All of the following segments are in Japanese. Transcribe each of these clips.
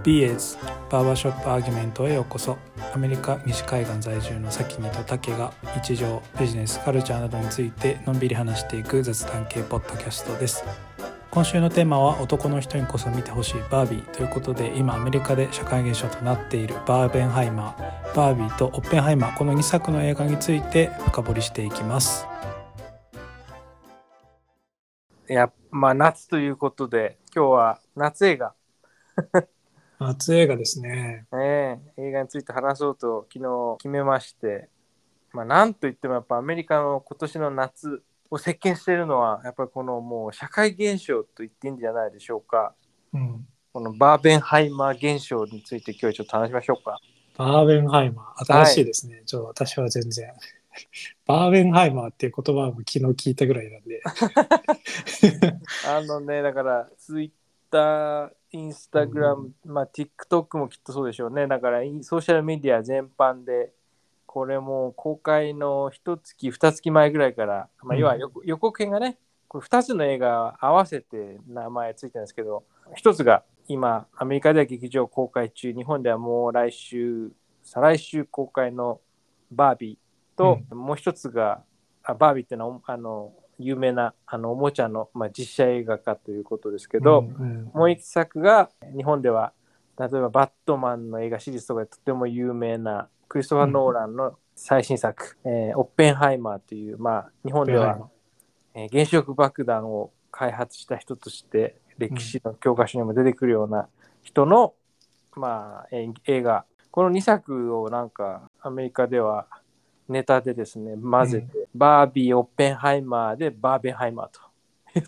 BS バーバーショップアーギュメントへようこそ。アメリカ西海岸在住のサキニとタケが日常、ビジネス、カルチャーなどについてのんびり話していく雑談系ポッドキャストです。今週のテーマは男の人にこそ見てほしいバービーということで、今アメリカで社会現象となっているバーベンハイマー、バービーとオッペンハイマー、この2作の映画について深掘りしていきます。 いや、夏ということで今日は夏映画夏映画ですね。 映画について話そうと昨日決めまして、なんといってもやっぱアメリカの今年の夏を席巻しているのはやっぱりこのもう社会現象と言っていいんじゃないでしょうか、このバーベンハイマー現象について今日ちょっと話しましょうか。 バーベンハイマー、新しいですね。私は全然バーベンハイマーっていう言葉も昨日聞いたぐらいなんでだからツイッター、インスタグラム、TikTok もきっとそうでしょうね。だからソーシャルメディア全般でこれも公開の1月2月前ぐらいから、要は予告編がね、これ2つの映画合わせて名前ついてるんですけど、1つが今アメリカでは劇場公開中、日本ではもう来週再来週公開のバービーと、もう1つがバービーってのは有名なおもちゃの、実写映画化ということですけど、もう一作が日本では例えばバットマンの映画シリーズとかでとても有名なクリストファー・ノーランの最新作、オッペンハイマーという、日本では、原子力爆弾を開発した人として歴史の教科書にも出てくるような人の、映画、この2作をなんかアメリカではネタでですね混ぜて、バービー、オッペンハイマーでバーベンハイマーと言って、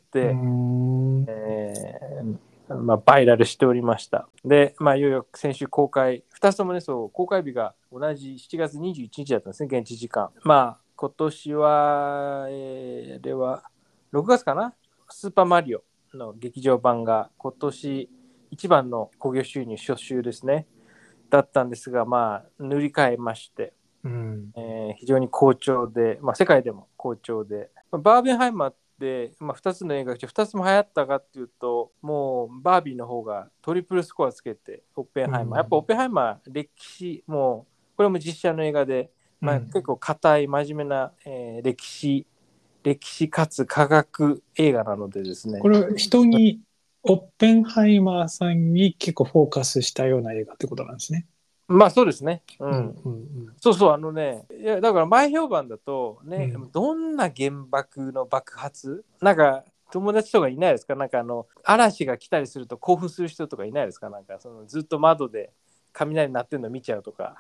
バイラルしておりました。で、いよいよ先週公開、2つともね、公開日が同じ7月21日だったんですね、現地時間。今年は、あれは6月かな、スーパーマリオの劇場版が今年一番の興行収入初週ですね、だったんですが、塗り替えまして、非常に好調で、世界でも好調で、バーベンハイマーで、2つの映画中2つも流行ったかっていうと、もうバービーの方がトリプルスコアつけてオッペンハイマー、やっぱオッペンハイマー歴史、もうこれも実写の映画で、結構硬い真面目な、歴史かつ科学映画なのでですね、 これ人にオッペンハイマーさんに結構フォーカスしたような映画ってことなんですね。 そうですね。そうそう、いやだから前評判だとね、どんな原爆の爆発、なんか友達とかいないですか、なんか嵐が来たりすると興奮する人とかいないですか、なんかずっと窓で雷鳴ってるの見ちゃうとか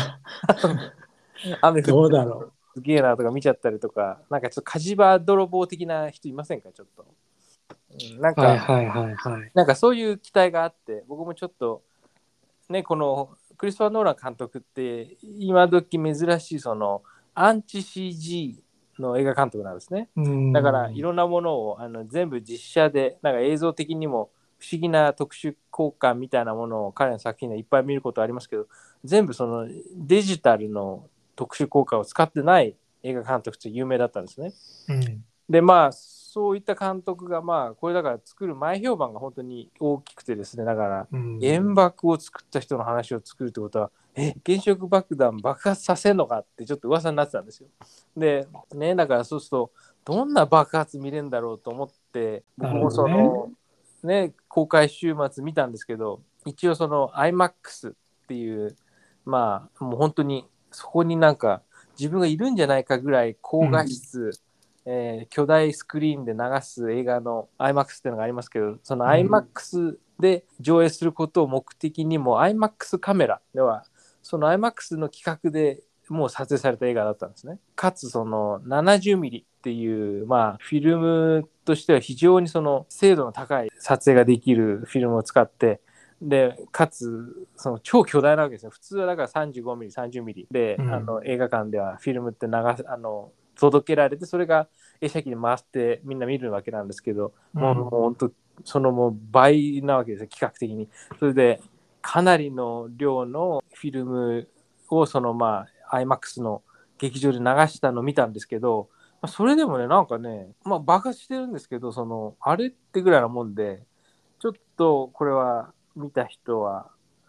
雨降ってるのすげえなとか見ちゃったりとか、なんかちょっと火事場泥棒的な人いませんか、ちょっと。なんかそういう期待があって、僕もちょっとね、このクリストファー・ノーラン監督って今時珍しいそのアンチ CG の映画監督なんですね。だからいろんなものを全部実写で、なんか映像的にも不思議な特殊効果みたいなものを彼の作品でいっぱい見ることありますけど、全部そのデジタルの特殊効果を使ってない映画監督って有名だったんですね。でそういった監督がこれだから作る前評判が本当に大きくてですね、だから原爆を作った人の話を作るってことは、原子力爆弾爆発させるのかってちょっと噂になってたんですよ。でね、だからそうするとどんな爆発見れるんだろうと思って、僕も公開週末見たんですけど、一応その IMAX っていうもう本当にそこになんか自分がいるんじゃないかぐらい高画質、巨大スクリーンで流す映画の IMAX っていうのがありますけど、その IMAX で上映することを目的にも IMAX カメラではその IMAX の企画でもう撮影された映画だったんですね。かつその70ミリっていうフィルムとしては非常にその精度の高い撮影ができるフィルムを使って、でかつその超巨大なわけですよ。普通はだから35ミリ30ミリで、映画館ではフィルムって届けられて、それが映写機に回ってみんな見るわけなんですけど、もう本当そのもう倍なわけですよ、企画的に。それでかなりの量のフィルムをそのIMAX の劇場で流したのを見たんですけど、それでもね、なんかね、爆発してるんですけど、そのあれってぐらいなもんで、ちょっとこれは見た人は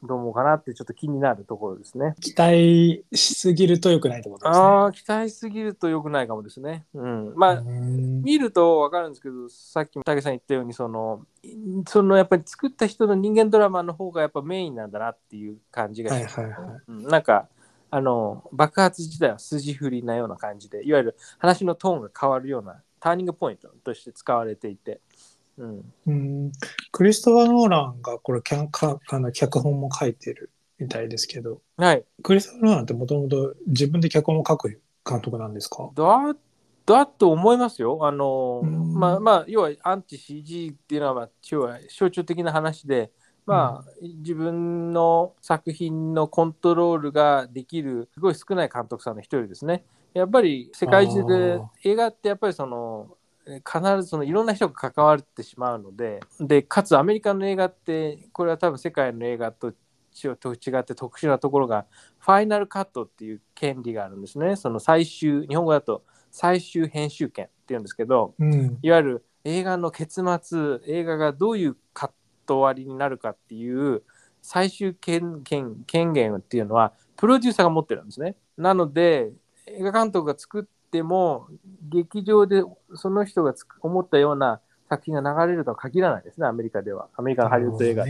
どう思うかなってちょっと気になるところですね。 期待しすぎると良くないってことですね。 期待しすぎると良くないかもですね。まあ、見ると分かるんですけど、さっき武さん言ったようにそのやっぱり作った人の人間ドラマの方がやっぱメインなんだなっていう感じがします、なんか爆発自体は筋振りなような感じで、いわゆる話のトーンが変わるようなターニングポイントとして使われていて、 クリストファー・ノーランがこれ脚本も書いてるみたいですけど、 はい、 クリストファー・ノーランってもともと自分で脚本を書く監督なんですか？ だと思いますよ。要はアンチ CG っていうのは、要は象徴的な話で、自分の作品のコントロールができるすごい少ない監督さんの一人ですね。やっぱり世界中で映画ってやっぱり必ずいろんな人が関わってしまうので、かつアメリカの映画ってこれは多分世界の映画と違って特殊なところがファイナルカットっていう権利があるんですね。その日本語だと最終編集権っていうんですけど、いわゆる映画の結末、映画がどういうカット割りになるかっていう最終権限っていうのはプロデューサーが持ってるんですね。なので映画監督が作っても劇場でその人が思ったような作品が流れるとは限らないですね、アメリカでは。アメリカのハリウッド映画って。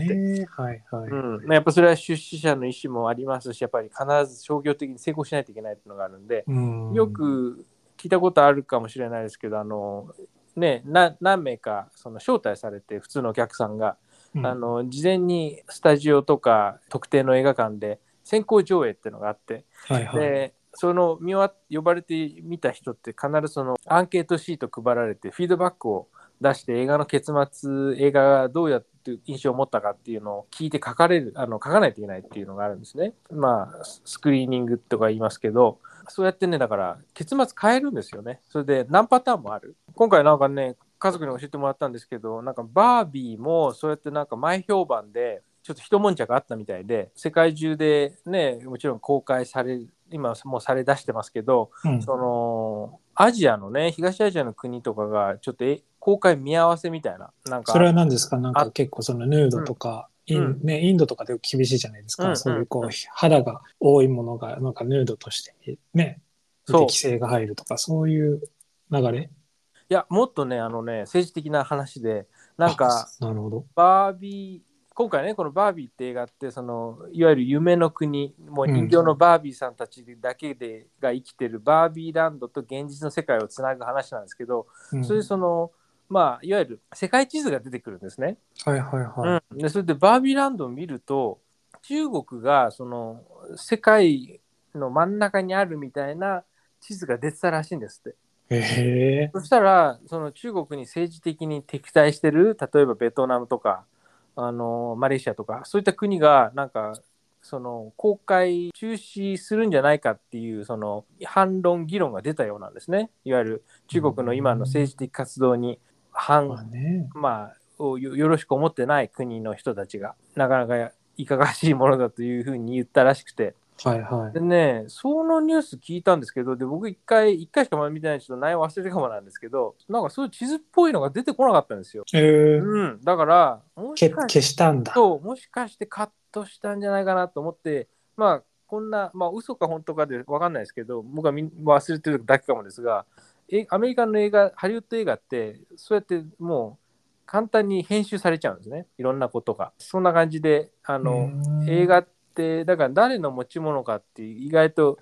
やっぱそれは出資者の意思もありますし、やっぱり必ず商業的に成功しないといけないっていうのがあるんで、よく聞いたことあるかもしれないですけど、何名か招待されて普通のお客さんが、事前にスタジオとか特定の映画館で先行上映っていうのがあって、で呼ばれてみた人って必ずアンケートシート配られてフィードバックを出して映画の結末、映画がどうやって印象を持ったかっていうのを聞いて書かないといけないっていうのがあるんですね。スクリーニングとか言いますけど、そうやってね、だから結末変えるんですよね。それで何パターンもある。今回家族に教えてもらったんですけど、バービーもそうやって前評判でちょっと一悶着あったみたいで、世界中でね、もちろん公開され今もうされ出してますけど、アジアのね、東アジアの国とかがちょっと公開見合わせみたいな。 それは何ですか？結構ヌードとか、インドとかで厳しいじゃないですか。そういう肌が多いものがヌードとしてね、規制が入るとか、そういう流れ？ いや、もっとね、政治的な話で、なるほど。今回ね、このバービーって映画って、いわゆる夢の国、もう人形のバービーさんたちだけが生きてるバービーランドと現実の世界をつなぐ話なんですけど、それでいわゆる世界地図が出てくるんですね。でそれでバービーランドを見ると、中国が世界の真ん中にあるみたいな地図が出てたらしいんですって。そしたら中国に政治的に敵対してる、例えばベトナムとかマレーシアとかそういった国が公開中止するんじゃないかっていう反論議論が出たようなんですね。いわゆる中国の今の政治的活動によろしく思ってない国の人たちがなかなかいかがわしいものだというふうに言ったらしくて、でね、そのニュース聞いたんですけど、で僕一回しかまだ見てない、ちょっと内容忘れてるかもなんですけど、そういう地図っぽいのが出てこなかったんですよ。だから消したんだ。 もしかしてカットしたんじゃないかなと思って、こんな嘘か本当かで分かんないですけど、僕は忘れてるだけかもですが、アメリカの映画、ハリウッド映画ってそうやってもう簡単に編集されちゃうんですね、いろんなことが。そんな感じで映画ってだから誰の持ち物かっていう意外と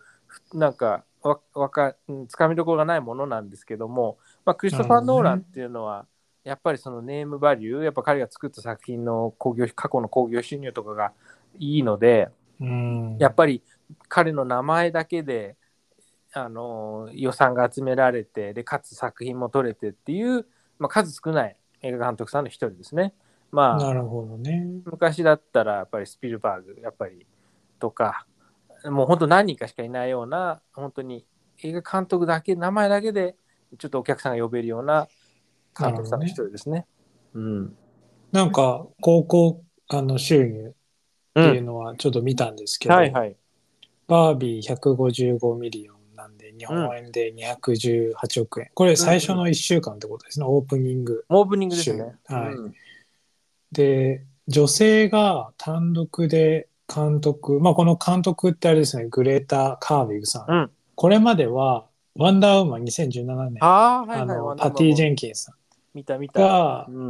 つかみどころがないものなんですけども、クリストファー・ノーランっていうのはやっぱりネームバリュー、やっぱ彼が作った作品の過去の興行収入とかがいいので、やっぱり彼の名前だけで予算が集められて、でかつ作品も撮れてっていう、数少ない映画監督さんの一人ですね。 なるほどね。 昔だったらやっぱりスピルバーグやっぱりとか、もう本当何人かしかいないような、本当に映画監督だけ、名前だけでちょっとお客さんが呼べるような監督さんの一人ですね。 広告収入っていうのはちょっと見たんですけど、バービー155ミリオンなんで日本円で218億円。これ最初の1週間ってことですね。オープニングですね。 で、女性が単独で監督、まあ、この監督ってあれですね、グレータ・カービグさん。 うん。 これまでは、ワンダーウーマン2017年、 ああ、はいはい、ワンダーパティ・マンもジェンキンスさん見た見た。 が、 うん。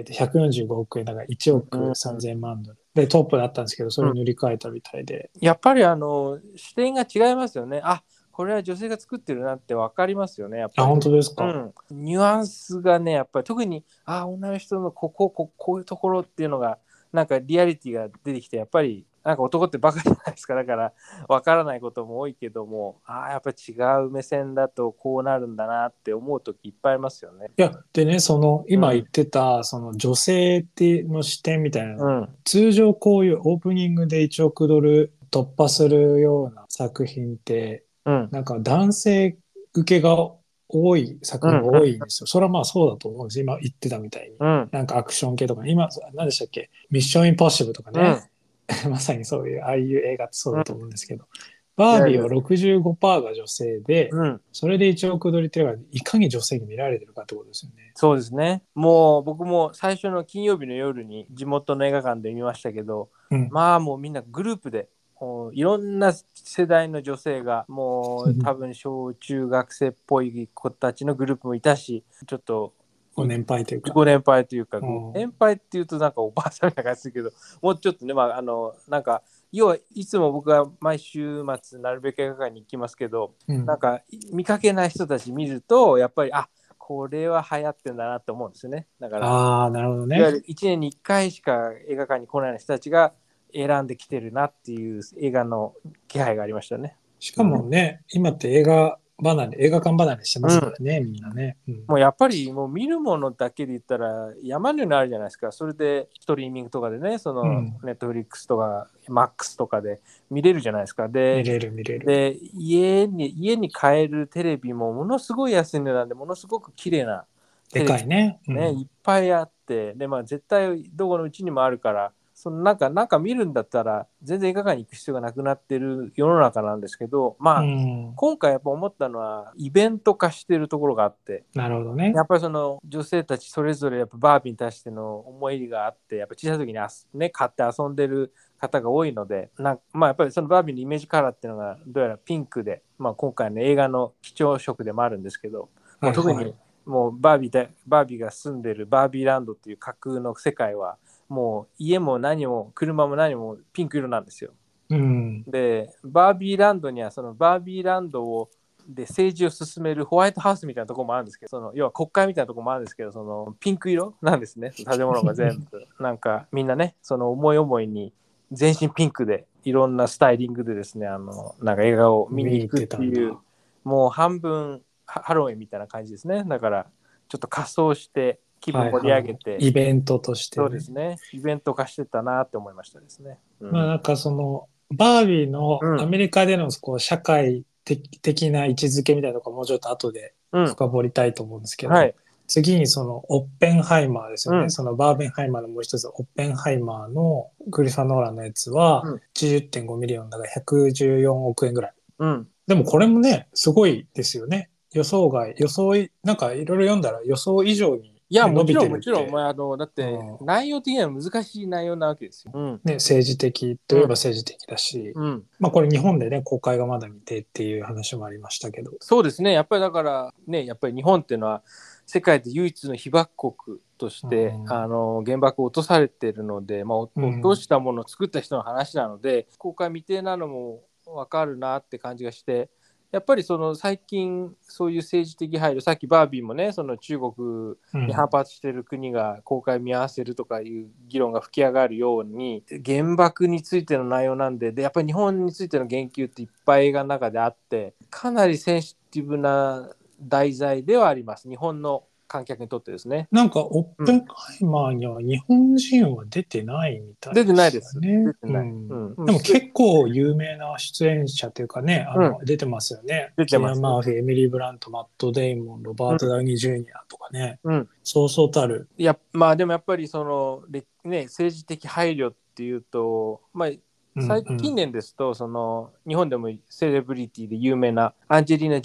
145億円、だから1億うん、 3000万ドル。で、トップだったんですけど、それを塗り替えたみたいで。 やっぱり視点が違いますよね。あ、これは女性が作ってるなって分かりますよね、やっあ、 ぱり。 本当ですか？ うん。ニュアンスがね、やっぱり特に、女の人のこういうところっていうのが、なんかリアリティが出てきて、やっぱり、なんか男ってバカじゃないですか。だから、分からないことも多いけども、やっぱり違う目線だとこうなるんだなって思う時いっぱいありますよね。 いや、でね、今言っうん。 てた、女性っての視点みたいな、 うん。 通常こういうオープニングで1億ドル突破するような作品って、 うん。 なんか男性受けが多い作うん。 品が多いんですよ。それはまあそうだと思うんです。今言ってたみたいに。 うん。 なんかアクション系とか、今、何でしたっけ？ミッションインポッシブルとかうん。 ね。まさにそういう、ああいう映画ってそうだとうん。 思うんですけど、 いわゆる、 バービーは65%が女性で、 うん。 それで1億ドルっていうのがいかに女性に見られてるかってことですよね。 そうですね。もう僕も最初の金曜日の夜に地元の映画館で見ましたけど、 うん。 まあもうみんなグループで、もういろんな世代の女性が、もう多分小中学生っぽい子たちのグループもいたし、ちょっとご年配というか。 ご年配というか、 うん。 ご年配っていうとなんかおばあさんみたいな感じするけど、もうちょっとね、なんか、要はいつも僕は毎週末なるべく映画館に行きますけど、 うん。 なんか見かけない人たち見ると、やっぱり、これは流行ってんだなって思うんですよね。だから、 ああ、なるほどね。 いわゆる1年に1回しか映画館に来ない人たちが選んできてるなっていう映画の気配がありましたね。 しかうん。 もね、今って映画館離れしてますからね、みんなね。うん。 もうやっぱりもう見るものだけで言ったら山のようにあるじゃないですか。それでストリーミングとかでね、そのうん。 ネットフリックスとかマックスとかで見れるじゃないですか。で、 見れる見れる。 で家に買えるテレビもものすごい安い値段でものすごく綺麗なでテレビかいね。うね、 ん。 いっぱいあって、で、絶対どこのうちにもあるから、なんか見るんだったら、全然映画館に行く必要がなくなってる世の中なんですけど、 うん。 今回やっぱ思ったのは、イベント化してるところがあって、 なるほどね。 やっぱりその女性たちそれぞれやっぱバービーに対しての思い入れがあって、やっぱ小さい時に買って遊んでる方が多いので、やっぱりそのバービーのイメージカラーっていうのがどうやらピンクで、今回の映画の基調色でもあるんですけど、もう特にはいはい。 もうバービーが住んでるバービーランドっていう架空の世界はもう家も何も車も何もピンク色なんですよ。 うん。 でバービーランドにはそのバービーランドで政治を進めるホワイトハウスみたいなところもあるんですけど、要は国会みたいなところもあるんですけど、そのピンク色なんですね、建物が全部。なんかみんなね、その思い思いに全身ピンクでいろんなスタイリングでですね、なんか映画を見に行くっ見に行ってたていう、 んだ。 もう半分ハロウィンみたいな感じですね。だからちょっと仮装して気分盛りはいはい。 上げて、 イベントとしてそうでね。 すね、イベント化してたなって思いましたですね。うん。 まあなんかバービーうん。 のアメリカでの社会的な位置づけみたいなとこもうちょっと後でうん。 深掘りたいと思うんですけど、 はい。 次にオッペンハイマーですよね。 うん。 バーベンハイマーのもう一つ、オッペンハイマーのクリスファー・ノーランのやつはうん。 80.5ミリオンだから114億円ぐらい。 うん。 でもこれもね、すごいですよね。なんかいろいろ読んだら予想以上に、 いや、 ね、伸びてもちろん、もちろん、 るって、 だって、 うん内容的には難しい内容なわけですよ。うん。 ね、政治的といえばうん。 政治的だし、 うん。 まあこれ日本でね、公開がまだ未定っていう話もありましたけど。 そうですね。やっぱりだからね、やっぱり日本っていうのは世界で唯一の被爆国としうて、 ん。 原爆を落とされているので、落とうん。 したものを作った人の話なので、公開未定なのも分かるなって感じがして、やっぱりその最近そういう政治的配慮、さっきバービーもね、その中国に反発している国が公開見合わせるとかいう議論が吹き上がるように、原爆についての内容なんで、やっぱり日本についての言及っていっぱい映画の中であって、かなりセンシティブな題材ではあります。日本の観客にとってですね。 なんか、オッペンハイマーには日本人は出てないみたい出てですないです。出よね。 てない。 うん。 うん。 でも結構有名な出演者というかね、 うん、 出てますよね。キリアン・出てます。 マーフィー、エミリー・ブラント、マット・デイモン、ロバート・うん。 ダウニー・ジュニアとかね。 うん。 そうそうたる。 いや、でもやっぱりその、政治的配慮っていうと、 うんうん。 近年ですと、その、日本でもセレブリティで有名なアンジェリーナ・ジョリー。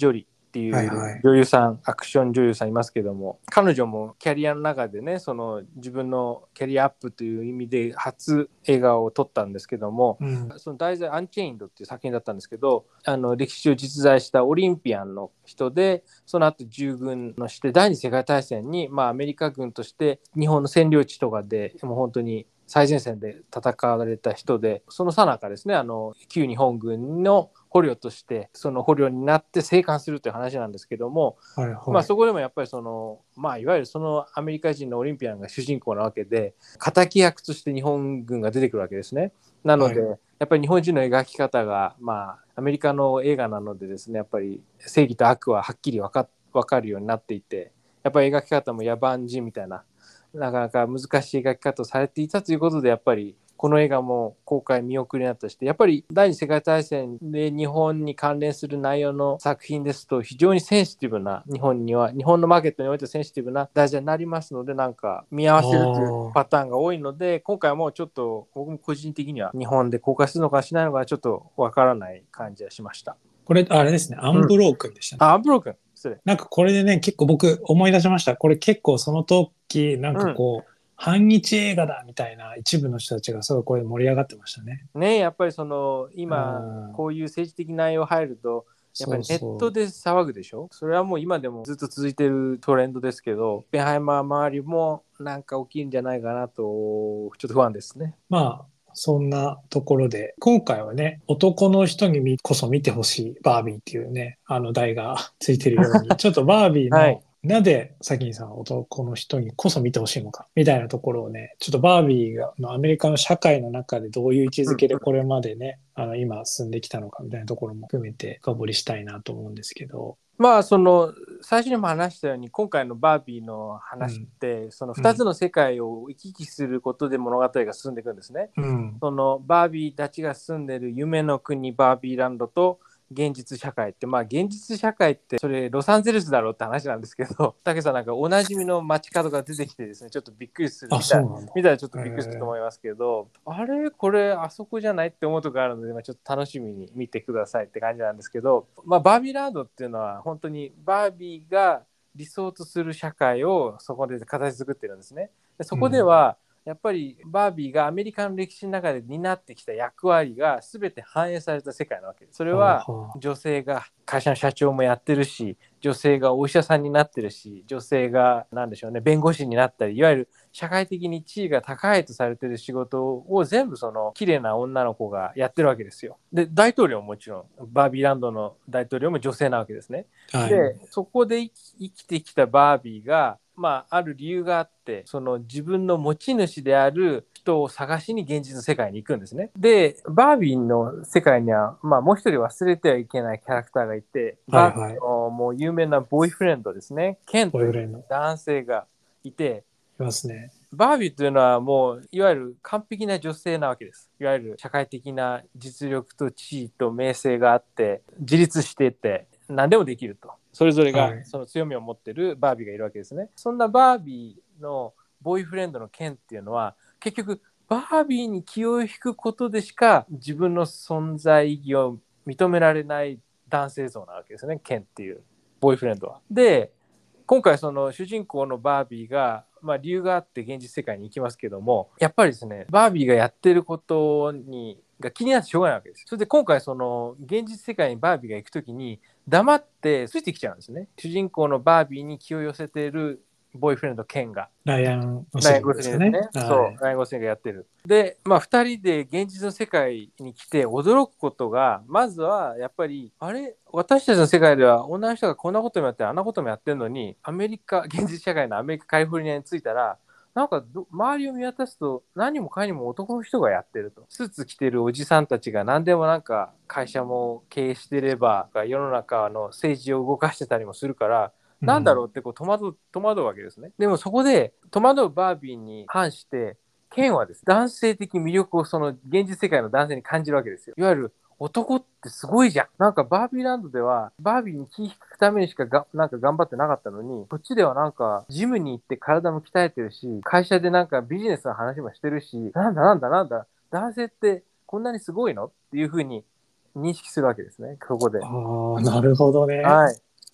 っていう女優さん、アクション女優さんいますけども、彼女もキャリアの中でね、その自分のキャリアアップという意味で初映画を撮ったんですけども、その題材アンチェインドっていう作品だったんですけど、歴史上実在したオリンピアンの人で、その後従軍のして第二次世界大戦に、アメリカ軍として日本の占領地とかでもう本当に最前線で戦われた人で、その最中ですね、旧日本軍の捕虜としてその捕虜になって生還するという話なんですけども、そこでもやっぱりその、いわゆるそのアメリカ人のオリンピアンが主人公なわけで、敵役として日本軍が出てくるわけですね。なので、やっぱり日本人の描き方が、アメリカの映画なのでですね、やっぱり正義と悪ははっきり分かるようになっていて、やっぱり描き方も野蛮人みたいな、なかなか難しい描き方をされていたということで、やっぱりこの映画も公開見送りになったとして、やっぱり第二次世界大戦で日本に関連する内容の作品ですと、非常にセンシティブな、日本のマーケットにおいてセンシティブな題材になりますので、なんか見合わせるというパターンが多いので、今回はもうちょっと僕も個人的には日本で公開するのかしないのかちょっとわからない感じがしました。 これあれですね、アンブロークンでしたね。 アンブロークン。 なんかこれでね、結構僕思い出しました。これ結構その時、なんかこう、反日映画だみたいな一部の人たちがすごいこれ盛り上がってましたね。 やっぱりその今こういう政治的内容入ると、やっぱりネットで騒ぐでしょ。それはもう今でもずっと続いてるトレンドですけど、オッペンハイマー周りもなんか起きるんじゃないかなと、ちょっと不安ですね。 そんなところで、今回はね、男の人にこそ見てほしいバービーっていうね、題がついてるように、ちょっとバービーの、なぜサキンさんは男の人にこそ見てほしいのかみたいなところをね、ちょっとバービーのアメリカの社会の中でどういう位置づけでこれまでね、今進んできたのかみたいなところも含めて深掘りしたいなと思うんですけど。 その最初にも話したように、今回のバービーの話って、その2つの世界を行き来することで物語が進んでいくんですね。そのバービーたちが住んでる夢の国バービーランドと現実社会って、現実社会ってそれロサンゼルスだろうって話なんですけど、武さんなんかおなじみの街角が出てきてですね、ちょっとびっくりするみたいなちょっとびっくりすると思いますけど、あれこれあそこじゃないって思うところがあるので、ちょっと楽しみに見てくださいって感じなんですけど、バービーランドっていうのは本当にバービーが理想とする社会をそこで形作ってるんですね。でそこでは、やっぱりバービーがアメリカの歴史の中で担ってきた役割が全て反映された世界なわけです。それは女性が会社の社長もやってるし、女性がお医者さんになってるし、女性が何でしょうね、弁護士になったり、いわゆる社会的に地位が高いとされてる仕事を全部その綺麗な女の子がやってるわけですよ。で大統領ももちろんバービーランドの大統領も女性なわけですね。でそこで生きてきたバービーがある理由があって、その自分の持ち主である人を探しに現実の世界に行くんですね。で、バービーの世界には、もう一人忘れてはいけないキャラクターがいて、バービーのもう有名なボーイフレンドですね、ケンという男性がいて、 いますね。 バービーというのはもういわゆる完璧な女性なわけです。いわゆる社会的な実力と地位と名声があって、自立していて何でもできると。それぞれがその強みを持っているバービーがいるわけですね。そんなバービーのボーイフレンドのケンっていうのは、結局バービーに気を引くことでしか自分の存在意義を認められない男性像なわけですね、ケンっていうボーイフレンドは。で、今回その主人公のバービーが、理由があって現実世界に行きますけども、やっぱりですね、バービーがやってることが気になってしょうがないわけです。それで今回その現実世界にバービーが行くときに黙ってついてきちゃうんですね。主人公のバービーに気を寄せているボーイフレンドケンが。 ライアン・ゴスリングですね。 そう、ライアン・ゴスリングがやってる。で、2人で現実の世界に来て驚くことが、まずはやっぱり、あれ、私たちの世界では女の人がこんなこともやってあんなこともやってるのに、現実社会のアメリカ・カリフォルニアに着いたら、なんか周りを見渡すと何もかにも男の人がやってると。スーツ着てるおじさんたちが何でもなんか会社も経営してれば世の中の政治を動かしてたりもするから、なんだろうってこう戸惑うわけですね。でもそこで戸惑うバービーに反してケンはです、男性的魅力をその現実世界の男性に感じるわけですよ。いわゆる男ってすごいじゃん。なんかバービーランドではバービーに気引くためにしかなんか頑張ってなかったのに、こっちではなんかジムに行って体も鍛えてるし、会社でなんかビジネスの話もしてるし、なんだ男性ってこんなにすごいのっていう風に認識するわけですね、ここで。 なるほどね。 はい。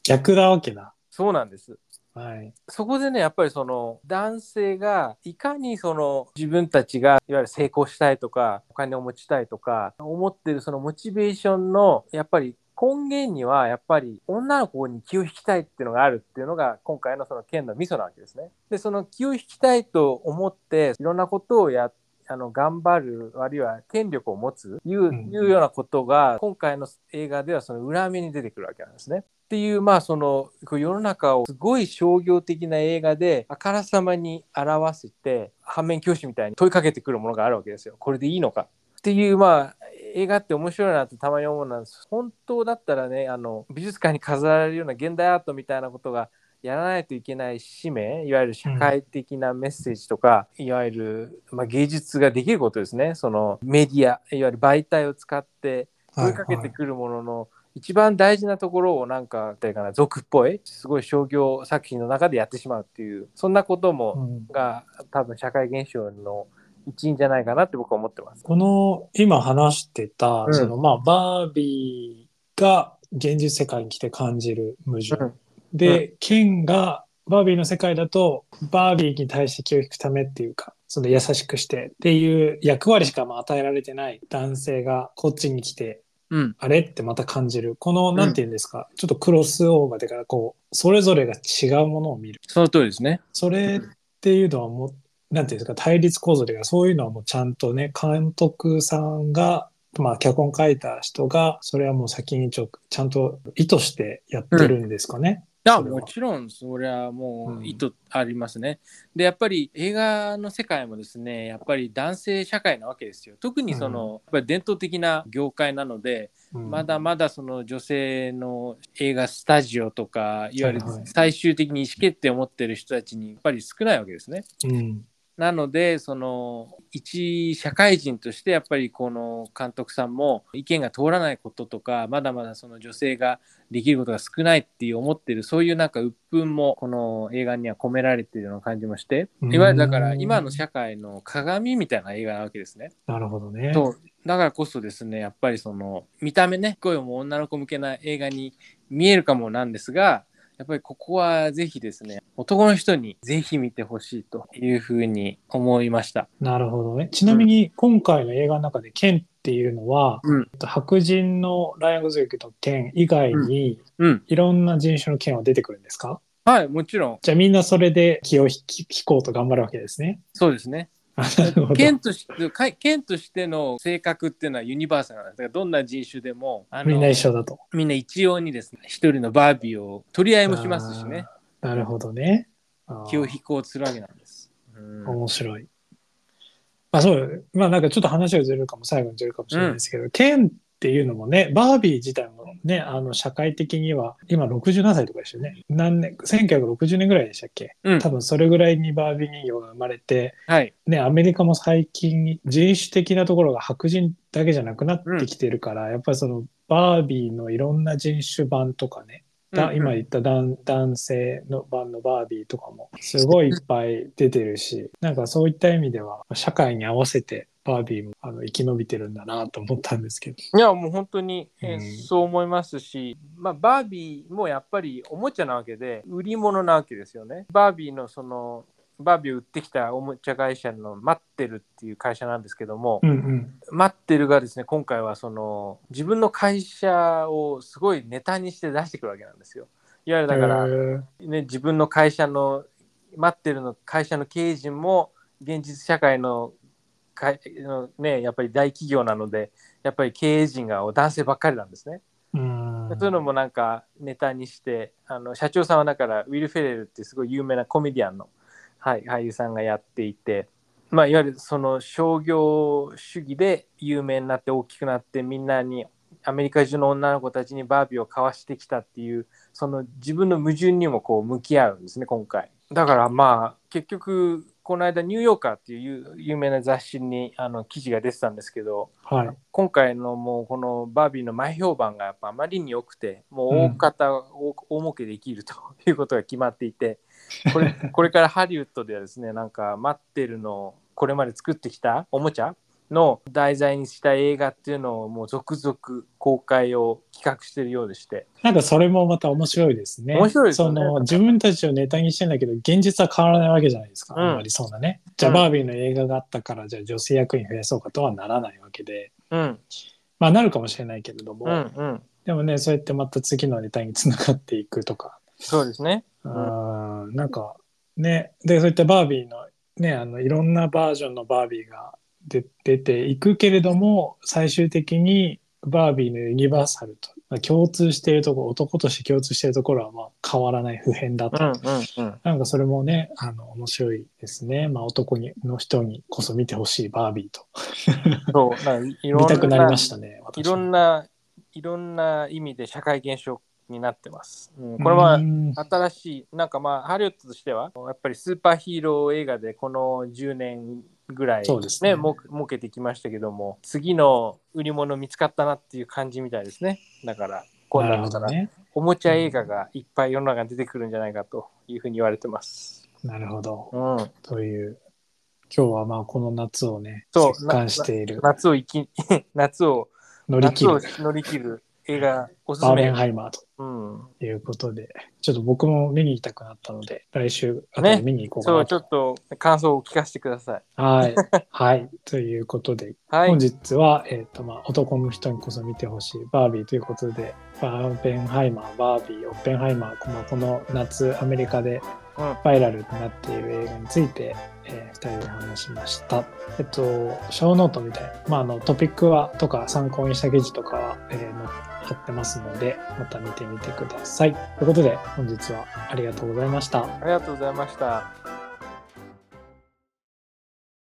逆なわけだ。 そうなんです。 はい。 そこでね、やっぱりその男性がいかにその自分たちがいわゆる成功したいとかお金を持ちたいとか思ってるそのモチベーションのやっぱり根源にはやっぱり女の子に気を引きたいっていうのがあるっていうのが今回のその剣のミソなわけですね。で、その気を引きたいと思っていろんなことを頑張る、あるいは権力を持ついうようなことが今回の映画ではその裏目に出てくるわけなんですね。っていう、まあその世の中をすごい商業的な映画であからさまに表せて反面教師みたいに問いかけてくるものがあるわけですよ。これでいいのかっていう、まあ映画って面白いなってたまに思うんです。本当だったらね、美術館に飾られるような現代アートみたいなことがやらないといけない使命、いわゆる社会的なメッセージとか、いわゆる、芸術ができることですね。そのメディア、いわゆる媒体を使って問いかけてくるものの、一番大事なところをなんか俗っぽいすごい商業作品の中でやってしまうっていうそんなこともが多分社会現象の一因じゃないかなって僕は思ってます。 この今話してた、そのバービーが現実世界に来て感じる矛盾、で、ケンがバービーの世界だとバービーに対して気を引くためっていうか、その優しくしてっていう役割しか与えられてない男性がこっちに来て、あれってまた感じる。この、なんていうんですか、ちょっとクロスオーバーでから、こう、それぞれが違うものを見る。 その通りですね。 それっていうのはもう、なんていうんですか、対立構造でか、そういうのはもうちゃんとね、監督さんが、脚本書いた人が、それはもう先にちゃんと意図してやってるんですかね。 もちろんそれはもう意図ありますね。でやっぱり映画の世界もですねやっぱり男性社会なわけですよ。特にその、やっぱり伝統的な業界なので、まだまだその女性の映画スタジオとかいわゆる最終的に意思決定を持っている人たちにやっぱり少ないわけですね。なのでその一社会人としてやっぱりこの監督さんも意見が通らないこととかまだまだその女性ができることが少ないっていう思っているそういうなんか鬱憤もこの映画には込められているような感じもしていわゆるだから今の社会の鏡みたいな映画なわけですね。 なるほどね。 そうだからこそですねやっぱりその見た目ね声も女の子向けな映画に見えるかもなんですがやっぱりここはぜひですね男の人にぜひ見てほしいというふうに思いました。 なるほどね。ちなみに今回の映画の中でケンっていうのは、白人のライアン・ゴズリングのケン以外に、いろんな人種のケンは出てくるんですか？ はい、もちろん。 じゃあみんなそれで気を引こうと頑張るわけですね。 そうですね。県としての性格っていうのはユニバーサルなんです。だからどんな人種でもみんな一緒だと。 みんな一様にですね一人のバービーを取り合いもしますしね。 なるほどね。 気を引こうとするわけなんです。 面白い。そう。なんかちょっと話がずれるかも、最後にずれるかもしれないですけど、ケンっていうのもね、バービー自体もね、社会的には、今67歳とかでしたよね。1960年ぐらいでしたっけ？多分それぐらいにバービー人形が生まれて、ね、アメリカも最近人種的なところが白人だけじゃなくなってきてるから、やっぱりそのバービーのいろんな人種版とかね、今言った男性の版のバービーとかもすごいいっぱい出てるし、なんかそういった意味では社会に合わせてバービーも生き延びてるんだなと思ったんですけど。 いやもう本当に、そう思いますし、バービーもやっぱりおもちゃなわけで売り物なわけですよね。バービーのそのバービーを売ってきたおもちゃ会社のマッテルっていう会社なんですけども、マッテルがですね今回はその自分の会社をすごいネタにして出してくるわけなんですよ。いわゆるだから、自分の会社のマッテルの会社の経営陣も現実社会のやっぱり大企業なのでやっぱり経営陣が男性ばっかりなんですね。そういうのもなんかネタにして社長さんはだからウィル・フェレルってすごい有名なコメディアンの俳優さんがやっていて、いわゆるその商業主義で有名になって大きくなってみんなにアメリカ中の女の子たちにバービーを買わしてきたっていうその自分の矛盾にもこう向き合うんですね今回。だから結局この間ニューヨーカーっていう有名な雑誌に記事が出てたんですけど、今回のもうこのバービーの前評判がやっぱあまりに良くてもう大儲けできるということが決まっていて、これからハリウッドではですねなんかマッテルのこれまで作ってきたおもちゃの題材にした映画っていうのをもう続々公開を企画しているようでして、 なんかそれもまた面白いですね。 面白いですよね。 自分たちをネタにしてんだけど現実は変わらないわけじゃないですか、あんまりそうなね。じゃあバービーの映画があったからじゃあ女性役員増やそうかとはならないわけで、まあなるかもしれないけれども、でもね、そうやってまた次のネタにつながっていくとか。 そうですね。 なんかね、でそういったバービーのね、いろんなバージョンのバービーが出ていくけれども、最終的にバービーのユニバーサルと共通しているところ、男として共通しているところはまあ変わらない普遍だと、なんかそれもね面白いですね。まあ男の人にこそ見てほしいバービーとそうなんか見たくなりましたね。 いろんな意味で社会現象になってます。これは新しい、なんかまあハリウッドとしてはやっぱりスーパーヒーロー映画でこの10年ぐらいね儲けてきましたけども、次の売り物見つかったなっていう感じみたいですね。だから今度からおもちゃ映画がいっぱい世の中に出てくるんじゃないかというふうに言われてます。 なるほど。という今日はまあこの夏をね実感している夏を乗り切る映画おすすめバーベンハイマーということで、ちょっと僕も見に行きたくなったので来週あたり見に行こうかなと、 ちょっと感想を聞かせてください。 はいということで、本日は、まあ、男の人にこそ見てほしいバービーということで、バーベンハイマー、バービー、オッペンハイマー、この夏アメリカでバイラルになっている映画について、2人で話しました。ショーノートみたいな、トピックはとか参考にした記事とかは、貼ってますので、また見てみてください。ということで、本日はありがとうございました。 ありがとうございました。